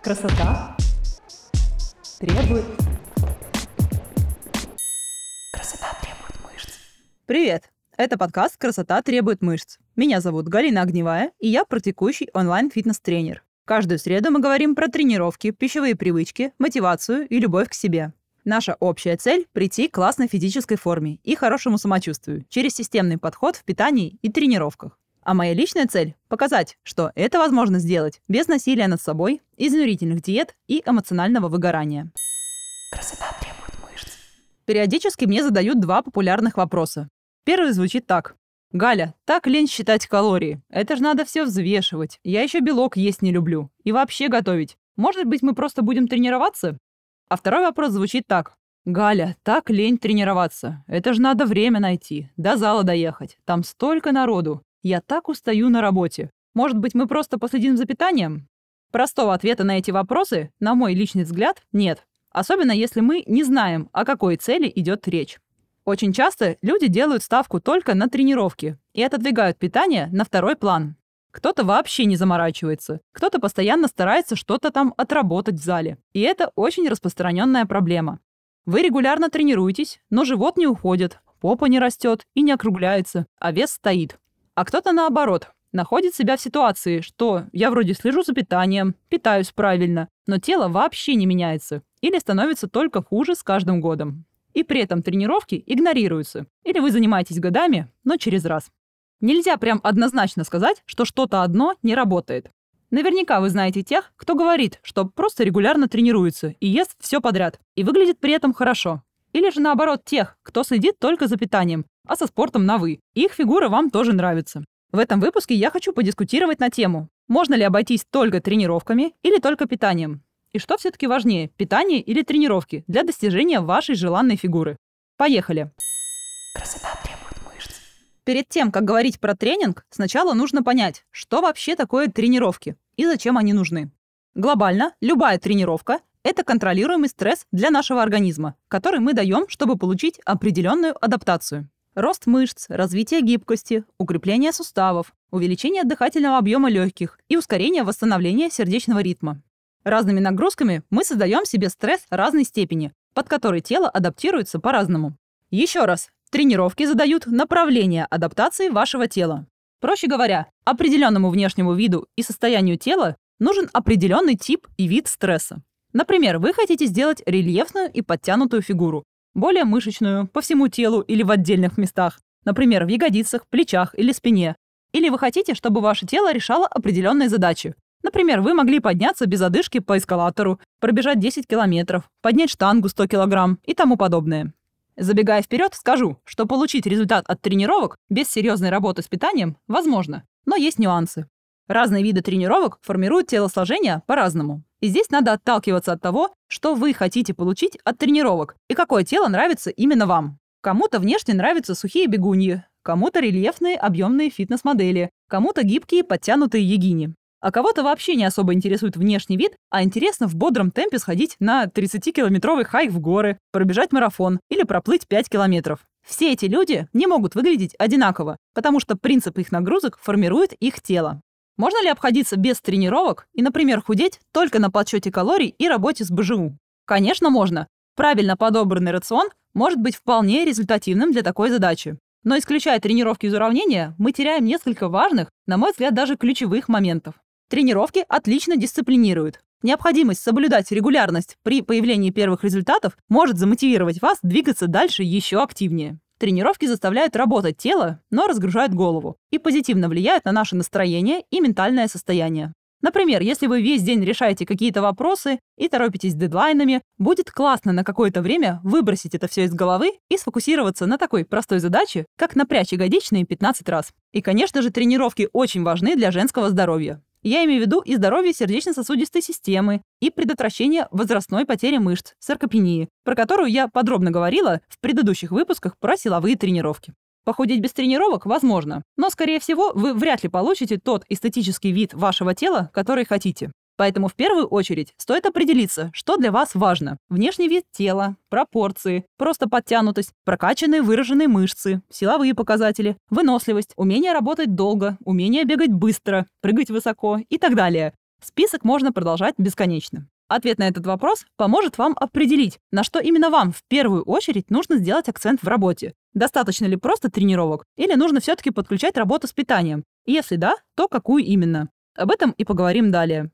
Красота требует... Красота требует мышц. Привет! Это подкаст «Красота требует мышц». Меня зовут Галина Огневая, и я практикующий онлайн-фитнес-тренер. Каждую среду мы говорим про тренировки, пищевые привычки, мотивацию и любовь к себе. Наша общая цель – прийти к классной физической форме и хорошему самочувствию через системный подход в питании и тренировках. А моя личная цель – показать, что это возможно сделать без насилия над собой, изнурительных диет и эмоционального выгорания. Красота требует мышц. Периодически мне задают два популярных вопроса. Первый звучит так. «Галя, так лень считать калории. Это же надо все взвешивать. Я еще белок есть не люблю. И вообще готовить. Может быть, мы просто будем тренироваться?» А второй вопрос звучит так. «Галя, так лень тренироваться. Это же надо время найти. До зала доехать. Там столько народу. Я так устаю на работе. Может быть, мы просто последим за питанием?» Простого ответа на эти вопросы, на мой личный взгляд, нет. Особенно если мы не знаем, о какой цели идет речь. Очень часто люди делают ставку только на тренировки и отодвигают питание на второй план. Кто-то вообще не заморачивается, кто-то постоянно старается что-то там отработать в зале. И это очень распространенная проблема. Вы регулярно тренируетесь, но живот не уходит, попа не растет и не округляется, а вес стоит. А кто-то наоборот, находит себя в ситуации, что я вроде слежу за питанием, питаюсь правильно, но тело вообще не меняется или становится только хуже с каждым годом. И при этом тренировки игнорируются. Или вы занимаетесь годами, но через раз. Нельзя прям однозначно сказать, что что-то одно не работает. Наверняка вы знаете тех, кто говорит, что просто регулярно тренируется и ест все подряд, и выглядит при этом хорошо. Или же наоборот тех, кто следит только за питанием, а со спортом на «вы». И их фигура вам тоже нравится. В этом выпуске я хочу подискутировать на тему, можно ли обойтись только тренировками или только питанием. И что все-таки важнее, питание или тренировки для достижения вашей желанной фигуры? Поехали! Красота требует мышц. Перед тем, как говорить про тренинг, сначала нужно понять, что вообще такое тренировки и зачем они нужны. Глобально, любая тренировка – это контролируемый стресс для нашего организма, который мы даем, чтобы получить определенную адаптацию. Рост мышц, развитие гибкости, укрепление суставов, увеличение дыхательного объема легких и ускорение восстановления сердечного ритма. Разными нагрузками мы создаем себе стресс разной степени, под который тело адаптируется по-разному. Еще раз, тренировки задают направление адаптации вашего тела. Проще говоря, определенному внешнему виду и состоянию тела нужен определенный тип и вид стресса. Например, вы хотите сделать рельефную и подтянутую фигуру, более мышечную, по всему телу или в отдельных местах, например, в ягодицах, плечах или спине. Или вы хотите, чтобы ваше тело решало определенные задачи. Например, вы могли подняться без одышки по эскалатору, пробежать 10 километров, поднять штангу 100 килограмм и тому подобное. Забегая вперед, скажу, что получить результат от тренировок без серьезной работы с питанием возможно, но есть нюансы. Разные виды тренировок формируют телосложение по-разному. И здесь надо отталкиваться от того, что вы хотите получить от тренировок и какое тело нравится именно вам. Кому-то внешне нравятся сухие бегуньи, кому-то рельефные объемные фитнес-модели, кому-то гибкие подтянутые йогини. А кого-то вообще не особо интересует внешний вид, а интересно в бодром темпе сходить на 30-километровый хайк в горы, пробежать марафон или проплыть 5 километров. Все эти люди не могут выглядеть одинаково, потому что принцип их нагрузок формирует их тело. Можно ли обходиться без тренировок и, например, худеть только на подсчете калорий и работе с БЖУ? Конечно, можно. Правильно подобранный рацион может быть вполне результативным для такой задачи. Но исключая тренировки из уравнения, мы теряем несколько важных, на мой взгляд, даже ключевых моментов. Тренировки отлично дисциплинируют. Необходимость соблюдать регулярность при появлении первых результатов может замотивировать вас двигаться дальше еще активнее. Тренировки заставляют работать тело, но разгружают голову и позитивно влияют на наше настроение и ментальное состояние. Например, если вы весь день решаете какие-то вопросы и торопитесь с дедлайнами, будет классно на какое-то время выбросить это все из головы и сфокусироваться на такой простой задаче, как напрячь ягодичные 15 раз. И, конечно же, тренировки очень важны для женского здоровья. Я имею в виду и здоровье сердечно-сосудистой системы, и предотвращение возрастной потери мышц, саркопении, про которую я подробно говорила в предыдущих выпусках про силовые тренировки. Похудеть без тренировок возможно, но, скорее всего, вы вряд ли получите тот эстетический вид вашего тела, который хотите. Поэтому в первую очередь стоит определиться, что для вас важно. Внешний вид тела, пропорции, просто подтянутость, прокачанные выраженные мышцы, силовые показатели, выносливость, умение работать долго, умение бегать быстро, прыгать высоко и так далее. Список можно продолжать бесконечно. Ответ на этот вопрос поможет вам определить, на что именно вам в первую очередь нужно сделать акцент в работе. Достаточно ли просто тренировок, или нужно все-таки подключать работу с питанием? И если да, то какую именно? Об этом и поговорим далее.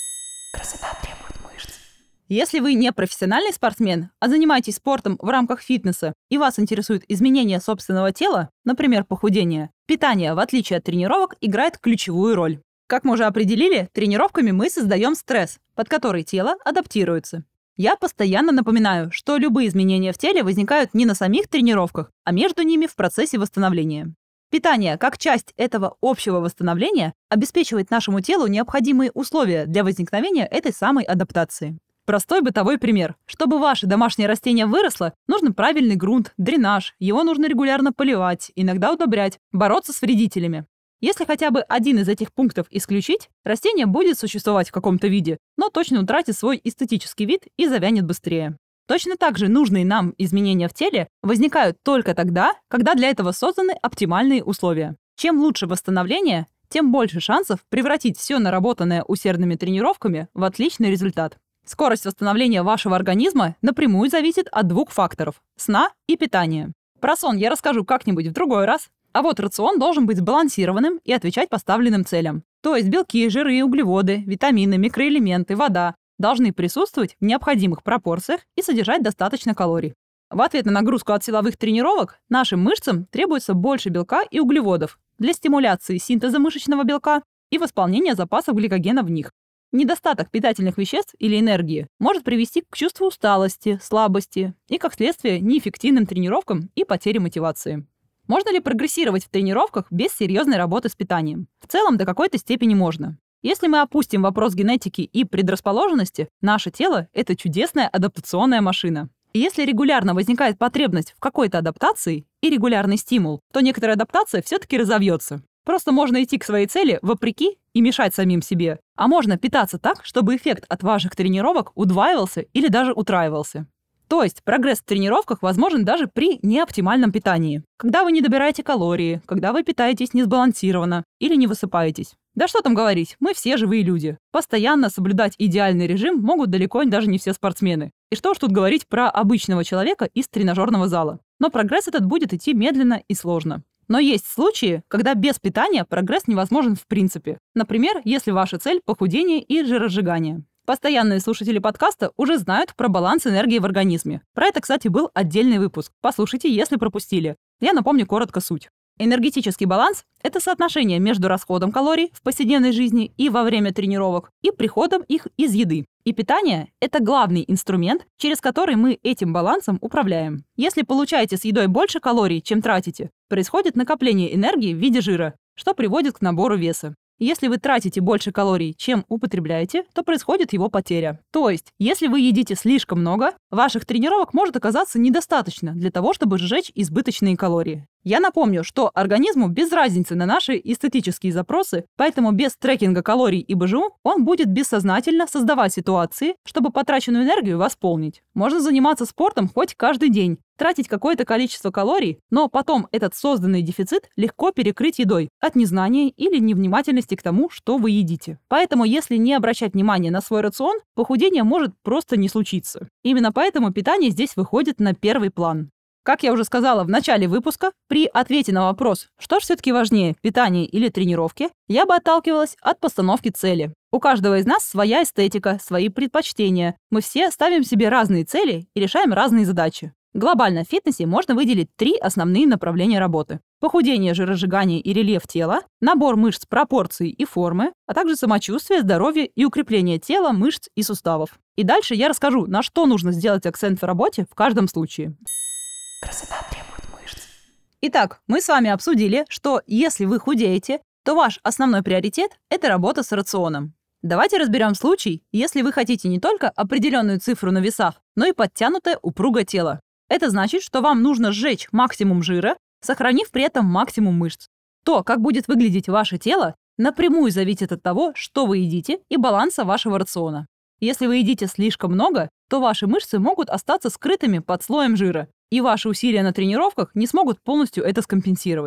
Красота требует мышц. Если вы не профессиональный спортсмен, а занимаетесь спортом в рамках фитнеса и вас интересует изменение собственного тела, например, похудение, питание, в отличие от тренировок, играет ключевую роль. Как мы уже определили, тренировками мы создаем стресс, под который тело адаптируется. Я постоянно напоминаю, что любые изменения в теле возникают не на самих тренировках, а между ними в процессе восстановления. Питание, как часть этого общего восстановления, обеспечивает нашему телу необходимые условия для возникновения этой самой адаптации. Простой бытовой пример. Чтобы ваше домашнее растение выросло, нужен правильный грунт, дренаж, его нужно регулярно поливать, иногда удобрять, бороться с вредителями. Если хотя бы один из этих пунктов исключить, растение будет существовать в каком-то виде, но точно утратит свой эстетический вид и завянет быстрее. Точно так же нужные нам изменения в теле возникают только тогда, когда для этого созданы оптимальные условия. Чем лучше восстановление, тем больше шансов превратить все наработанное усердными тренировками в отличный результат. Скорость восстановления вашего организма напрямую зависит от двух факторов – сна и питания. Про сон я расскажу как-нибудь в другой раз. А вот рацион должен быть сбалансированным и отвечать поставленным целям. То есть белки, жиры, углеводы, витамины, микроэлементы, вода должны присутствовать в необходимых пропорциях и содержать достаточно калорий. В ответ на нагрузку от силовых тренировок нашим мышцам требуется больше белка и углеводов для стимуляции синтеза мышечного белка и восполнения запасов гликогена в них. Недостаток питательных веществ или энергии может привести к чувству усталости, слабости и, как следствие, неэффективным тренировкам и потере мотивации. Можно ли прогрессировать в тренировках без серьезной работы с питанием? В целом, до какой-то степени можно. Если мы опустим вопрос генетики и предрасположенности, наше тело — это чудесная адаптационная машина. И если регулярно возникает потребность в какой-то адаптации и регулярный стимул, то некоторая адаптация все-таки разовьется. Просто можно идти к своей цели вопреки и мешать самим себе. А можно питаться так, чтобы эффект от ваших тренировок удваивался или даже утраивался. То есть прогресс в тренировках возможен даже при неоптимальном питании. Когда вы не добираете калории, когда вы питаетесь несбалансированно или не высыпаетесь. Да что там говорить, мы все живые люди. Постоянно соблюдать идеальный режим могут далеко даже не все спортсмены. И что уж тут говорить про обычного человека из тренажерного зала. Но прогресс этот будет идти медленно и сложно. Но есть случаи, когда без питания прогресс невозможен в принципе. Например, если ваша цель – похудение и жиросжигание. Постоянные слушатели подкаста уже знают про баланс энергии в организме. Про это, кстати, был отдельный выпуск. Послушайте, если пропустили. Я напомню коротко суть. Энергетический баланс – это соотношение между расходом калорий в повседневной жизни и во время тренировок и приходом их из еды. И питание – это главный инструмент, через который мы этим балансом управляем. Если получаете с едой больше калорий, чем тратите, происходит накопление энергии в виде жира, что приводит к набору веса. Если вы тратите больше калорий, чем употребляете, то происходит его потеря. То есть, если вы едите слишком много, ваших тренировок может оказаться недостаточно для того, чтобы сжечь избыточные калории. Я напомню, что организму без разницы на наши эстетические запросы, поэтому без трекинга калорий и БЖУ он будет бессознательно создавать ситуации, чтобы потраченную энергию восполнить. Можно заниматься спортом хоть каждый день, тратить какое-то количество калорий, но потом этот созданный дефицит легко перекрыть едой от незнания или невнимательности к тому, что вы едите. Поэтому, если не обращать внимания на свой рацион, похудение может просто не случиться. Именно поэтому питание здесь выходит на первый план. Как я уже сказала в начале выпуска, при ответе на вопрос, что же все-таки важнее, питание или тренировки, я бы отталкивалась от постановки цели. У каждого из нас своя эстетика, свои предпочтения. Мы все ставим себе разные цели и решаем разные задачи. Глобально в фитнесе можно выделить 3 основные направления работы. Похудение, жиросжигание и рельеф тела, набор мышц пропорции и формы, а также самочувствие, здоровье и укрепление тела, мышц и суставов. И дальше я расскажу, на что нужно сделать акцент в работе в каждом случае. Красота требует мышц. Итак, мы с вами обсудили, что если вы худеете, то ваш основной приоритет – это работа с рационом. Давайте разберем случай, если вы хотите не только определенную цифру на весах, но и подтянутое упругое тело. Это значит, что вам нужно сжечь максимум жира, сохранив при этом максимум мышц. То, как будет выглядеть ваше тело, напрямую зависит от того, что вы едите и баланса вашего рациона. Если вы едите слишком много, то ваши мышцы могут остаться скрытыми под слоем жира, и ваши усилия на тренировках не смогут полностью это скомпенсировать.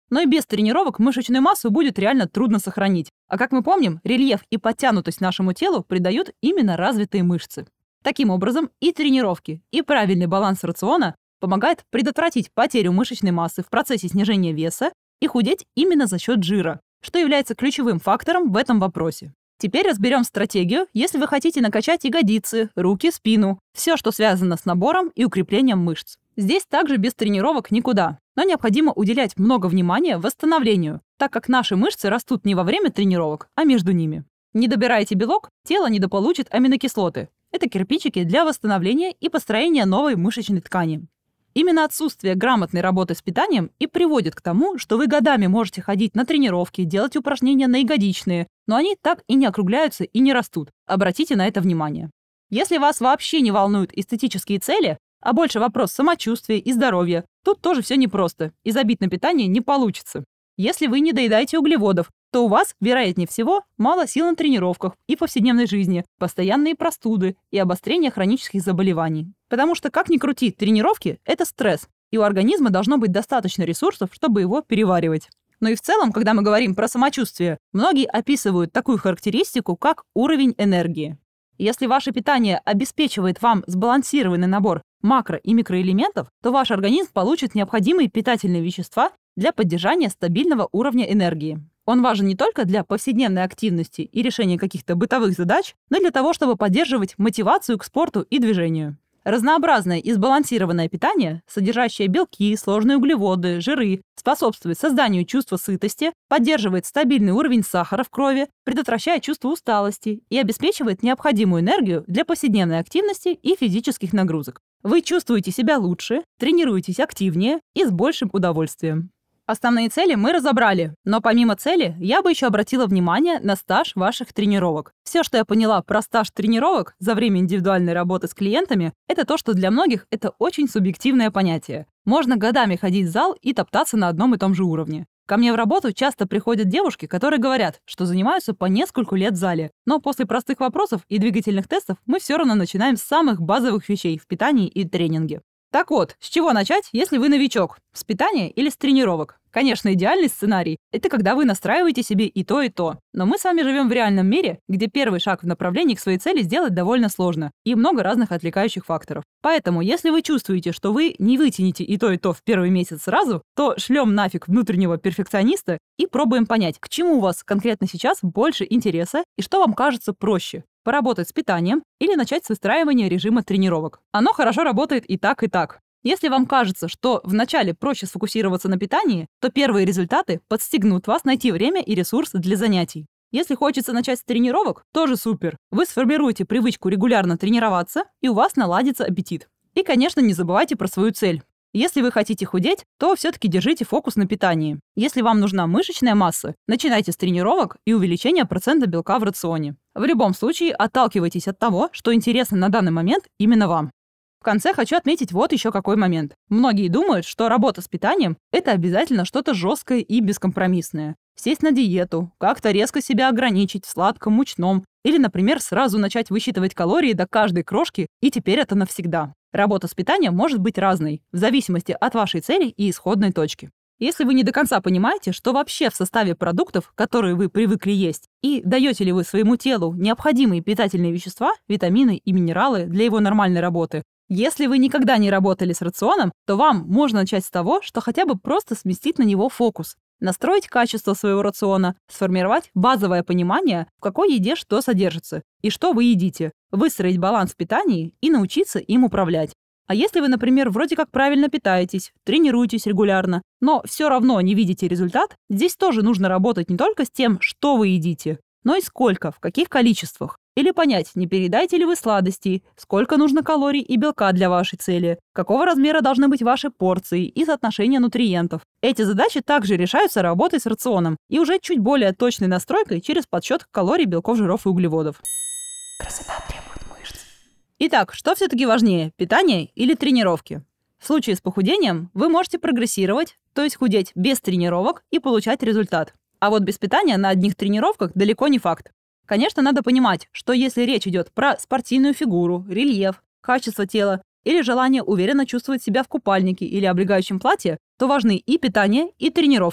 Но и без тренировок мышечную массу будет реально трудно сохранить. А как мы помним, рельеф и подтянутость нашему телу придают именно развитые мышцы. Таким образом, и тренировки, и правильный баланс рациона помогает предотвратить потерю мышечной массы в процессе снижения веса и худеть именно за счет жира, что является ключевым фактором в этом вопросе. Теперь разберем стратегию, если вы хотите накачать ягодицы, руки, спину, все, что связано с набором и укреплением мышц. Здесь также без тренировок никуда, но необходимо уделять много внимания восстановлению, так как наши мышцы растут не во время тренировок, а между ними. Не добираете белок, тело недополучит аминокислоты. Это кирпичики для восстановления и построения новой мышечной ткани. Именно отсутствие грамотной работы с питанием и приводит к тому, что вы годами можете ходить на тренировки, делать упражнения на ягодичные, но они так и не округляются и не растут. Обратите на это внимание. Если вас вообще не волнуют эстетические цели, а больше вопрос самочувствия и здоровья, тут тоже все непросто, и забить на питание не получится. Если вы не доедаете углеводов, то у вас, вероятнее всего, мало сил на тренировках и повседневной жизни, постоянные простуды и обострение хронических заболеваний. Потому что, как ни крути, тренировки – это стресс, и у организма должно быть достаточно ресурсов, чтобы его переваривать. Но и в целом, когда мы говорим про самочувствие, многие описывают такую характеристику, как уровень энергии. Если ваше питание обеспечивает вам сбалансированный набор макро- и микроэлементов, то ваш организм получит необходимые питательные вещества для поддержания стабильного уровня энергии. Он важен не только для повседневной активности и решения каких-то бытовых задач, но и для того, чтобы поддерживать мотивацию к спорту и движению. Разнообразное и сбалансированное питание, содержащее белки, сложные углеводы, жиры, способствует созданию чувства сытости, поддерживает стабильный уровень сахара в крови, предотвращает чувство усталости и обеспечивает необходимую энергию для повседневной активности и физических нагрузок. Вы чувствуете себя лучше, тренируетесь активнее и с большим удовольствием. Основные цели мы разобрали, но помимо цели я бы еще обратила внимание на стаж ваших тренировок. Все, что я поняла про стаж тренировок за время индивидуальной работы с клиентами, это то, что для многих это очень субъективное понятие. Можно годами ходить в зал и топтаться на одном и том же уровне. Ко мне в работу часто приходят девушки, которые говорят, что занимаются по нескольку лет в зале, но после простых вопросов и двигательных тестов мы все равно начинаем с самых базовых вещей в питании и тренинге. Так вот, с чего начать, если вы новичок? С питания или с тренировок? Конечно, идеальный сценарий – это когда вы настраиваете себе и то, и то. Но мы с вами живем в реальном мире, где первый шаг в направлении к своей цели сделать довольно сложно, и много разных отвлекающих факторов. Поэтому, если вы чувствуете, что вы не вытянете и то в первый месяц сразу, то шлем нафиг внутреннего перфекциониста и пробуем понять, к чему у вас конкретно сейчас больше интереса и что вам кажется проще. Поработать с питанием или начать с выстраивания режима тренировок. Оно хорошо работает и так, и так. Если вам кажется, что вначале проще сфокусироваться на питании, то первые результаты подстегнут вас найти время и ресурс для занятий. Если хочется начать с тренировок, тоже супер. Вы сформируете привычку регулярно тренироваться, и у вас наладится аппетит. И, конечно, не забывайте про свою цель. Если вы хотите худеть, то все-таки держите фокус на питании. Если вам нужна мышечная масса, начинайте с тренировок и увеличения процента белка в рационе. В любом случае, отталкивайтесь от того, что интересно на данный момент именно вам. В конце хочу отметить вот еще какой момент. Многие думают, что работа с питанием – это обязательно что-то жесткое и бескомпромиссное. Сесть на диету, как-то резко себя ограничить в сладком, мучном, или, например, сразу начать высчитывать калории до каждой крошки, и теперь это навсегда. Работа с питанием может быть разной, в зависимости от вашей цели и исходной точки. Если вы не до конца понимаете, что вообще в составе продуктов, которые вы привыкли есть, и даете ли вы своему телу необходимые питательные вещества, витамины и минералы для его нормальной работы, если вы никогда не работали с рационом, то вам можно начать с того, что хотя бы просто сместить на него фокус. Настроить качество своего рациона, сформировать базовое понимание, в какой еде что содержится и что вы едите, выстроить баланс в питании и научиться им управлять. А если вы, например, вроде как правильно питаетесь, тренируетесь регулярно, но все равно не видите результат, здесь тоже нужно работать не только с тем, что вы едите, но и сколько, в каких количествах. Или понять, не передаете ли вы сладостей, сколько нужно калорий и белка для вашей цели, какого размера должны быть ваши порции и соотношение нутриентов. Эти задачи также решаются работой с рационом и уже чуть более точной настройкой через подсчет калорий, белков, жиров и углеводов. Красота требует мышц. Итак, что все-таки важнее, питание или тренировки? В случае с похудением вы можете прогрессировать, то есть худеть без тренировок и получать результат. А вот без питания на одних тренировках далеко не факт. Конечно, надо понимать, что если речь идет про спортивную фигуру, рельеф, качество тела или желание уверенно чувствовать себя в купальнике или облегающем платье, то важны и питание, и тренировки.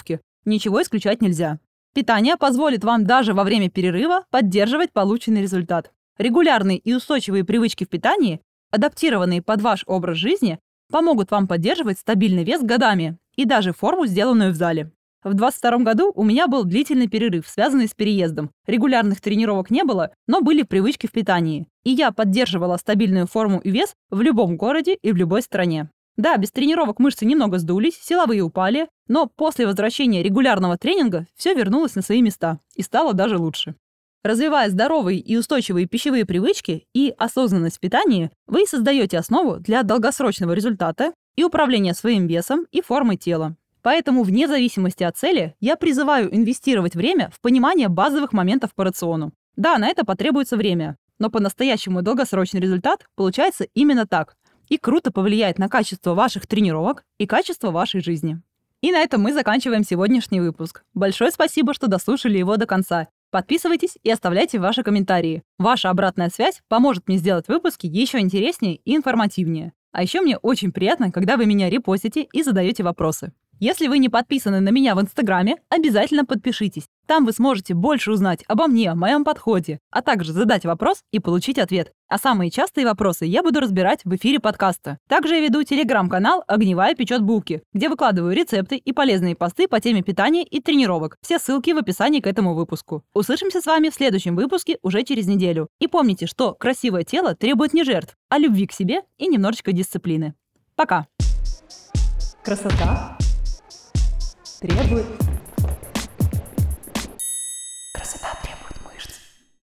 ничего исключать нельзя. Питание позволит вам даже во время перерыва поддерживать полученный результат. Регулярные и устойчивые привычки в питании, адаптированные под ваш образ жизни, помогут вам поддерживать стабильный вес годами и даже форму, сделанную в зале. В 2022 году у меня был длительный перерыв, связанный с переездом. Регулярных тренировок не было, но были привычки в питании. И я поддерживала стабильную форму и вес в любом городе и в любой стране. Да, без тренировок мышцы немного сдулись, силовые упали, но после возвращения регулярного тренинга все вернулось на свои места и стало даже лучше. Развивая здоровые и устойчивые пищевые привычки и осознанность в питании, вы создаете основу для долгосрочного результата и управления своим весом и формой тела. Поэтому, вне зависимости от цели, я призываю инвестировать время в понимание базовых моментов по рациону. Да, на это потребуется время, но по-настоящему долгосрочный результат получается именно так и круто повлияет на качество ваших тренировок и качество вашей жизни. И на этом мы заканчиваем сегодняшний выпуск. Большое спасибо, что дослушали его до конца. Подписывайтесь и оставляйте ваши комментарии. Ваша обратная связь поможет мне сделать выпуски еще интереснее и информативнее. А еще мне очень приятно, когда вы меня репостите и задаете вопросы. Если вы не подписаны на меня в Инстаграме, обязательно подпишитесь. Там вы сможете больше узнать обо мне, о моем подходе, а также задать вопрос и получить ответ. А самые частые вопросы я буду разбирать в эфире подкаста. Также я веду телеграм-канал «Огневая печет булки», где выкладываю рецепты и полезные посты по теме питания и тренировок. Все ссылки в описании к этому выпуску. Услышимся с вами в следующем выпуске уже через неделю. И помните, что красивое тело требует не жертв, а любви к себе и немножечко дисциплины. Пока! Красота требует